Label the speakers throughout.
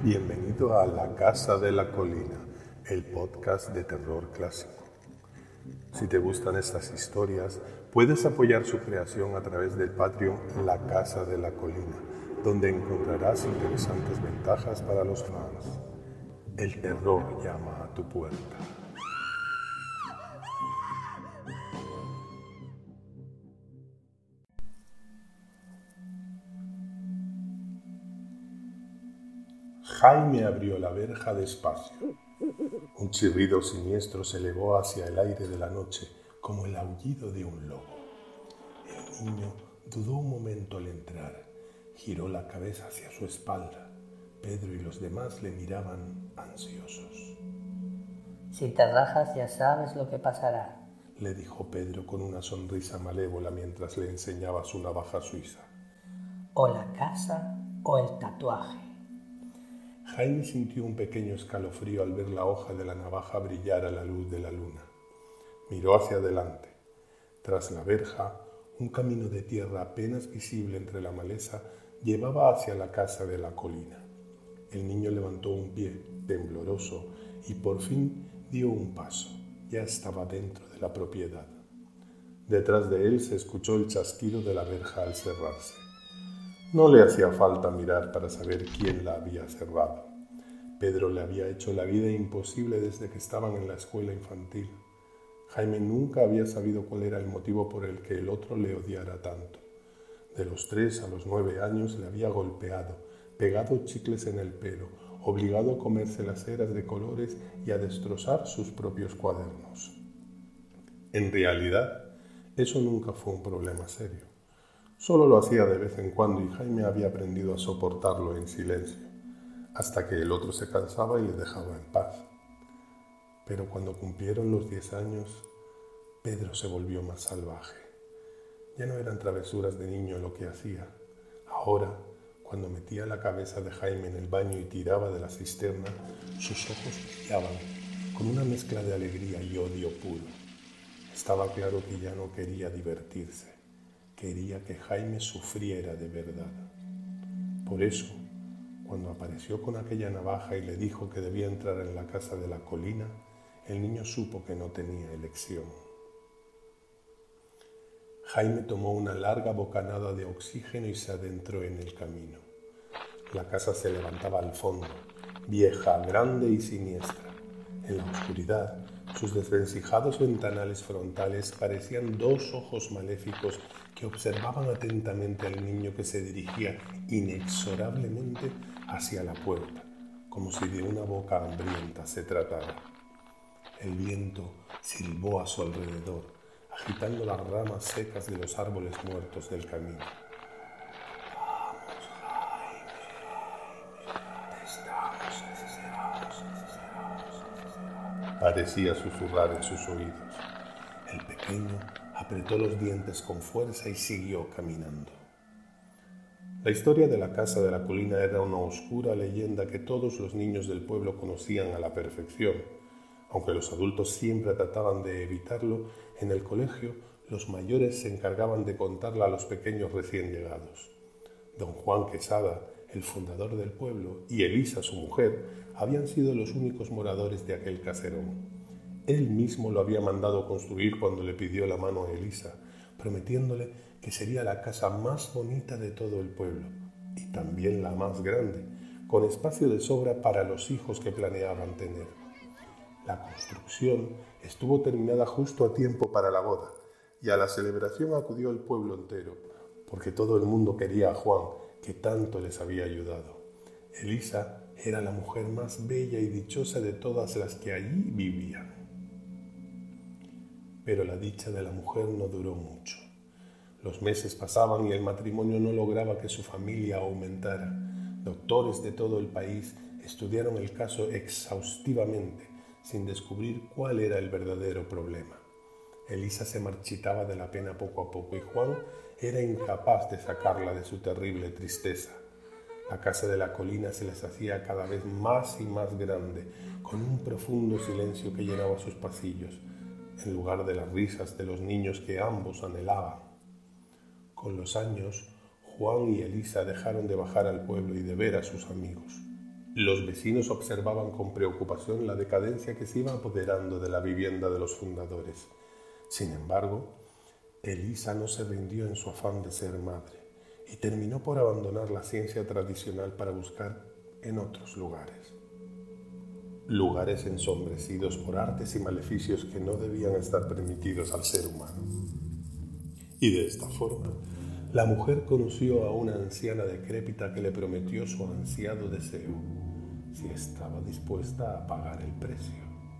Speaker 1: Bienvenido a La Casa de la Colina, el podcast de terror clásico. Si te gustan estas historias, puedes apoyar su creación a través del Patreon La Casa de la Colina, donde encontrarás interesantes ventajas para los fans. El terror llama a tu puerta. Jaime abrió la verja despacio. Un chirrido siniestro se elevó hacia el aire de la noche como el aullido de un lobo. El niño dudó un momento al entrar, giró la cabeza hacia su espalda. Pedro y los demás le miraban ansiosos.
Speaker 2: Si te rajas ya sabes lo que pasará,
Speaker 1: le dijo Pedro con una sonrisa malévola mientras le enseñaba su navaja suiza.
Speaker 2: O la casa o el tatuaje.
Speaker 1: Jaime sintió un pequeño escalofrío al ver la hoja de la navaja brillar a la luz de la luna. Miró hacia adelante. Tras la verja, un camino de tierra apenas visible entre la maleza llevaba hacia la casa de la colina. El niño levantó un pie, tembloroso, y por fin dio un paso. Ya estaba dentro de la propiedad. Detrás de él se escuchó el chasquido de la verja al cerrarse. No le hacía falta mirar para saber quién la había cerrado. Pedro le había hecho la vida imposible desde que estaban en la escuela infantil. Jaime nunca había sabido cuál era el motivo por el que el otro le odiara tanto. De los 3 a los 9 años le había golpeado, pegado chicles en el pelo, obligado a comerse las ceras de colores y a destrozar sus propios cuadernos. En realidad, eso nunca fue un problema serio. Solo lo hacía de vez en cuando y Jaime había aprendido a soportarlo en silencio, hasta que el otro se cansaba y le dejaba en paz. Pero cuando cumplieron los 10 años, Pedro se volvió más salvaje. Ya no eran travesuras de niño lo que hacía. Ahora, cuando metía la cabeza de Jaime en el baño y tiraba de la cisterna, sus ojos brillaban con una mezcla de alegría y odio puro. Estaba claro que ya no quería divertirse. Quería que Jaime sufriera de verdad. Por eso, cuando apareció con aquella navaja y le dijo que debía entrar en la casa de la colina, el niño supo que no tenía elección. Jaime tomó una larga bocanada de oxígeno y se adentró en el camino. La casa se levantaba al fondo, vieja, grande y siniestra. En la oscuridad, sus desvencijados ventanales frontales parecían 2 ojos maléficos que observaban atentamente al niño que se dirigía inexorablemente hacia la puerta, como si de una boca hambrienta se tratara. El viento silbó a su alrededor, agitando las ramas secas de los árboles muertos del camino. «Vamos, Jaime, te estamos necesitamos», parecía susurrar en sus oídos. El pequeño apretó los dientes con fuerza y siguió caminando. La historia de la casa de la colina era una oscura leyenda que todos los niños del pueblo conocían a la perfección. Aunque los adultos siempre trataban de evitarlo, en el colegio los mayores se encargaban de contarla a los pequeños recién llegados. Don Juan Quesada, el fundador del pueblo, y Elisa, su mujer, habían sido los únicos moradores de aquel caserón. Él mismo lo había mandado construir cuando le pidió la mano a Elisa, prometiéndole que sería la casa más bonita de todo el pueblo y también la más grande, con espacio de sobra para los hijos que planeaban tener. La construcción estuvo terminada justo a tiempo para la boda y a la celebración acudió el pueblo entero, porque todo el mundo quería a Juan, que tanto les había ayudado. Elisa era la mujer más bella y dichosa de todas las que allí vivían. Pero la dicha de la mujer no duró mucho. Los meses pasaban y el matrimonio no lograba que su familia aumentara. Doctores de todo el país estudiaron el caso exhaustivamente, sin descubrir cuál era el verdadero problema. Elisa se marchitaba de la pena poco a poco y Juan era incapaz de sacarla de su terrible tristeza. La casa de la colina se les hacía cada vez más y más grande, con un profundo silencio que llenaba sus pasillos, en lugar de las risas de los niños que ambos anhelaban. Con los años, Juan y Elisa dejaron de bajar al pueblo y de ver a sus amigos. Los vecinos observaban con preocupación la decadencia que se iba apoderando de la vivienda de los fundadores. Sin embargo, Elisa no se rindió en su afán de ser madre y terminó por abandonar la ciencia tradicional para buscar en otros lugares. Lugares ensombrecidos por artes y maleficios que no debían estar permitidos al ser humano. Y de esta forma, la mujer conoció a una anciana decrépita que le prometió su ansiado deseo, si estaba dispuesta a pagar el precio.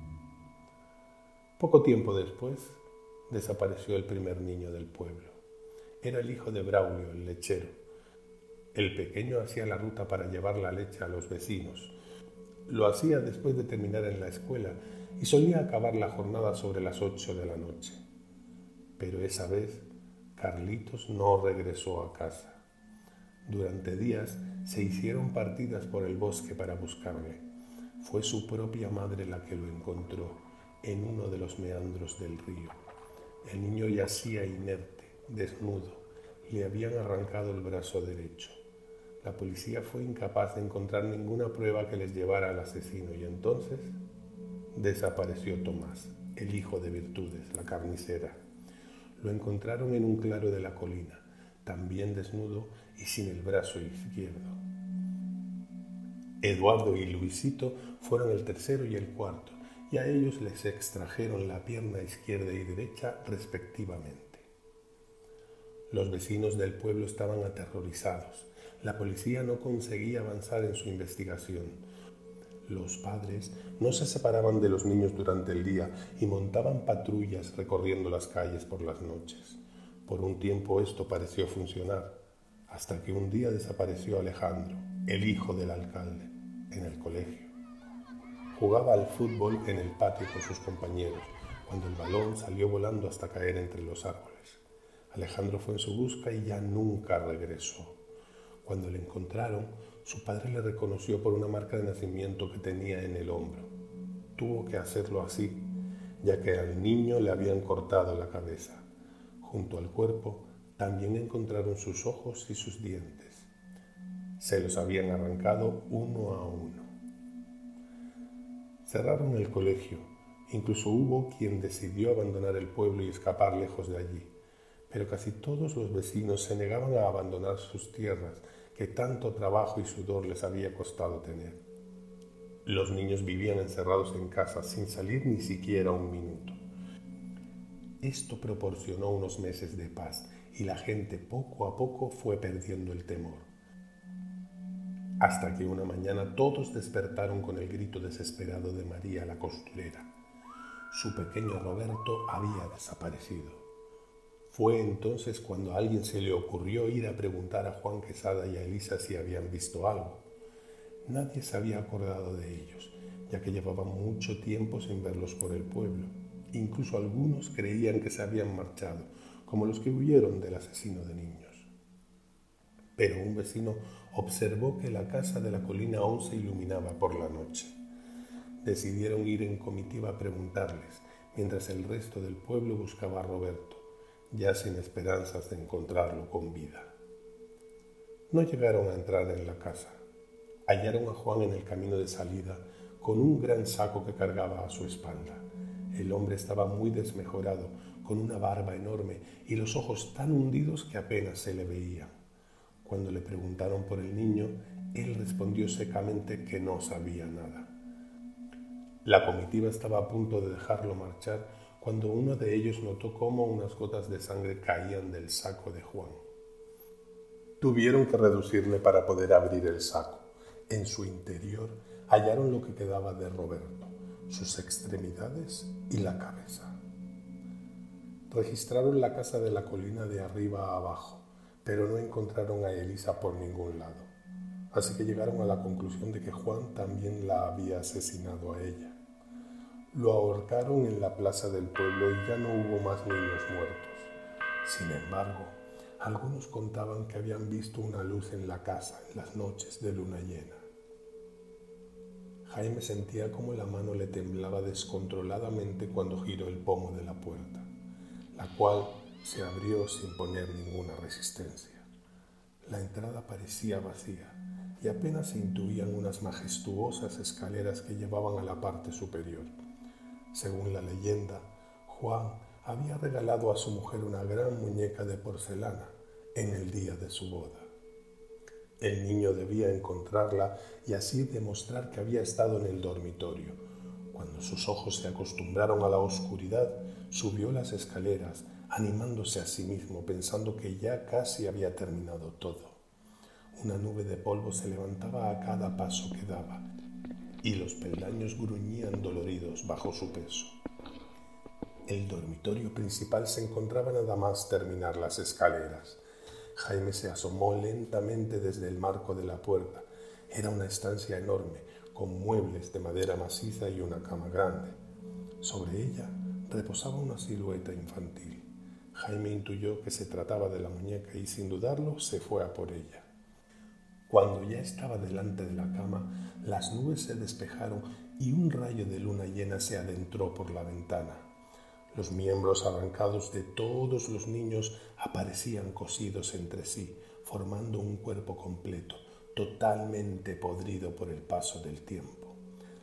Speaker 1: Poco tiempo después, desapareció el primer niño del pueblo. Era el hijo de Braulio, el lechero. El pequeño hacía la ruta para llevar la leche a los vecinos. Lo hacía después de terminar en la escuela y solía acabar la jornada sobre las 8 de la noche. Pero esa vez, Carlitos no regresó a casa. Durante días se hicieron partidas por el bosque para buscarle. Fue su propia madre la que lo encontró en uno de los meandros del río. El niño yacía inerte, desnudo. Le habían arrancado el brazo derecho. La policía fue incapaz de encontrar ninguna prueba que les llevara al asesino y entonces desapareció Tomás, el hijo de Virtudes, la carnicera. Lo encontraron en un claro de la colina, también desnudo y sin el brazo izquierdo. Eduardo y Luisito fueron el tercero y el cuarto, y a ellos les extrajeron la pierna izquierda y derecha respectivamente. Los vecinos del pueblo estaban aterrorizados. La policía no conseguía avanzar en su investigación. Los padres no se separaban de los niños durante el día y montaban patrullas recorriendo las calles por las noches. Por un tiempo esto pareció funcionar, hasta que un día desapareció Alejandro, el hijo del alcalde, en el colegio. Jugaba al fútbol en el patio con sus compañeros, cuando el balón salió volando hasta caer entre los árboles. Alejandro fue en su busca y ya nunca regresó. Cuando le encontraron, su padre le reconoció por una marca de nacimiento que tenía en el hombro. Tuvo que hacerlo así, ya que al niño le habían cortado la cabeza. Junto al cuerpo también encontraron sus ojos y sus dientes. Se los habían arrancado uno a uno. Cerraron el colegio. Incluso hubo quien decidió abandonar el pueblo y escapar lejos de allí. Pero casi todos los vecinos se negaban a abandonar sus tierras, que tanto trabajo y sudor les había costado tener. Los niños vivían encerrados en casa sin salir ni siquiera un minuto. Esto proporcionó unos meses de paz y la gente poco a poco fue perdiendo el temor. Hasta que una mañana todos despertaron con el grito desesperado de María la costurera. Su pequeño Roberto había desaparecido. Fue entonces cuando a alguien se le ocurrió ir a preguntar a Juan Quesada y a Elisa si habían visto algo. Nadie se había acordado de ellos, ya que llevaban mucho tiempo sin verlos por el pueblo. Incluso algunos creían que se habían marchado, como los que huyeron del asesino de niños. Pero un vecino observó que la casa de la colina aún se iluminaba por la noche. Decidieron ir en comitiva a preguntarles, mientras el resto del pueblo buscaba a Roberto, ya sin esperanzas de encontrarlo con vida. No llegaron a entrar en la casa. Hallaron a Juan en el camino de salida con un gran saco que cargaba a su espalda. El hombre estaba muy desmejorado, con una barba enorme y los ojos tan hundidos que apenas se le veían. Cuando le preguntaron por el niño, él respondió secamente que no sabía nada. La comitiva estaba a punto de dejarlo marchar cuando uno de ellos notó cómo unas gotas de sangre caían del saco de Juan. Tuvieron que reducirle para poder abrir el saco. En su interior hallaron lo que quedaba de Roberto, sus extremidades y la cabeza. Registraron la casa de la colina de arriba a abajo, pero no encontraron a Elisa por ningún lado. Así que llegaron a la conclusión de que Juan también la había asesinado a ella. Lo ahorcaron en la plaza del pueblo y ya no hubo más niños muertos. Sin embargo, algunos contaban que habían visto una luz en la casa en las noches de luna llena. Jaime sentía como la mano le temblaba descontroladamente cuando giró el pomo de la puerta, la cual se abrió sin poner ninguna resistencia. La entrada parecía vacía y apenas se intuían unas majestuosas escaleras que llevaban a la parte superior. Según la leyenda, Juan había regalado a su mujer una gran muñeca de porcelana en el día de su boda. El niño debía encontrarla y así demostrar que había estado en el dormitorio. Cuando sus ojos se acostumbraron a la oscuridad, subió las escaleras, animándose a sí mismo, pensando que ya casi había terminado todo. Una nube de polvo se levantaba a cada paso que daba, y los peldaños gruñían doloridos bajo su peso. El dormitorio principal se encontraba nada más terminar las escaleras. Jaime se asomó lentamente desde el marco de la puerta. Era una estancia enorme, con muebles de madera maciza y una cama grande. Sobre ella reposaba una silueta infantil. Jaime intuyó que se trataba de la muñeca y, sin dudarlo, se fue a por ella. Cuando ya estaba delante de la cama, las nubes se despejaron y un rayo de luna llena se adentró por la ventana. Los miembros arrancados de todos los niños aparecían cosidos entre sí, formando un cuerpo completo, totalmente podrido por el paso del tiempo.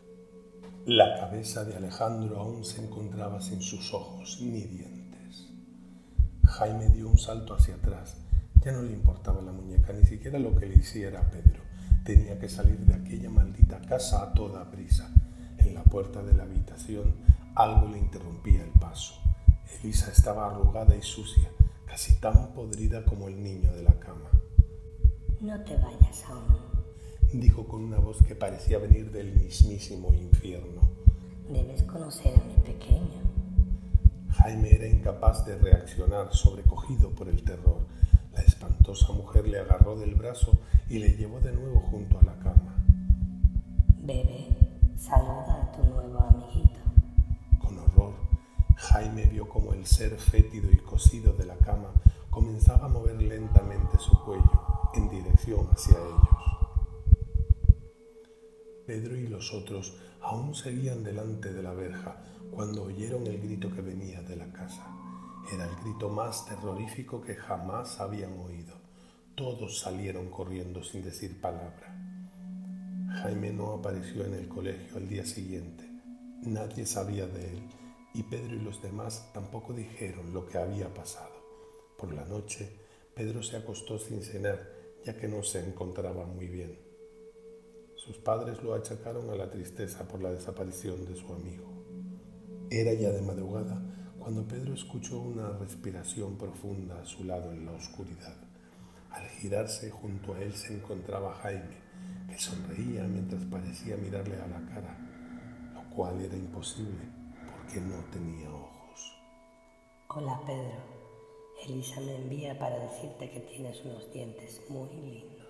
Speaker 1: La cabeza de Alejandro aún se encontraba sin sus ojos ni dientes. Jaime dio un salto hacia atrás. Ya no le importaba la muñeca, ni siquiera lo que le hiciera Pedro. Tenía que salir de aquella maldita casa a toda prisa. En la puerta de la habitación algo le interrumpía el paso. Elisa estaba arrugada y sucia, casi tan podrida como el niño de la cama.
Speaker 2: No te vayas aún,
Speaker 1: dijo con una voz que parecía venir del mismísimo infierno.
Speaker 2: Debes conocer a mi pequeño.
Speaker 1: Jaime era incapaz de reaccionar, sobrecogido por el terror. La espantosa mujer le agarró del brazo y le llevó de nuevo junto a la cama.
Speaker 2: Bebé, saluda a tu nuevo amiguito.
Speaker 1: Con horror, Jaime vio cómo el ser fétido y cosido de la cama comenzaba a mover lentamente su cuello en dirección hacia ellos. Pedro y los otros aún seguían delante de la verja cuando oyeron el grito que venía de la casa. Era el grito más terrorífico que jamás habían oído. Todos salieron corriendo sin decir palabra. Jaime no apareció en el colegio al día siguiente. Nadie sabía de él y Pedro y los demás tampoco dijeron lo que había pasado. Por la noche, Pedro se acostó sin cenar, ya que no se encontraba muy bien. Sus padres lo achacaron a la tristeza por la desaparición de su amigo. Era ya de madrugada cuando Pedro escuchó una respiración profunda a su lado en la oscuridad. Al girarse, junto a él se encontraba Jaime, que sonreía mientras parecía mirarle a la cara, lo cual era imposible porque no tenía ojos.
Speaker 2: Hola Pedro, Elisa me envía para decirte que tienes unos dientes muy lindos.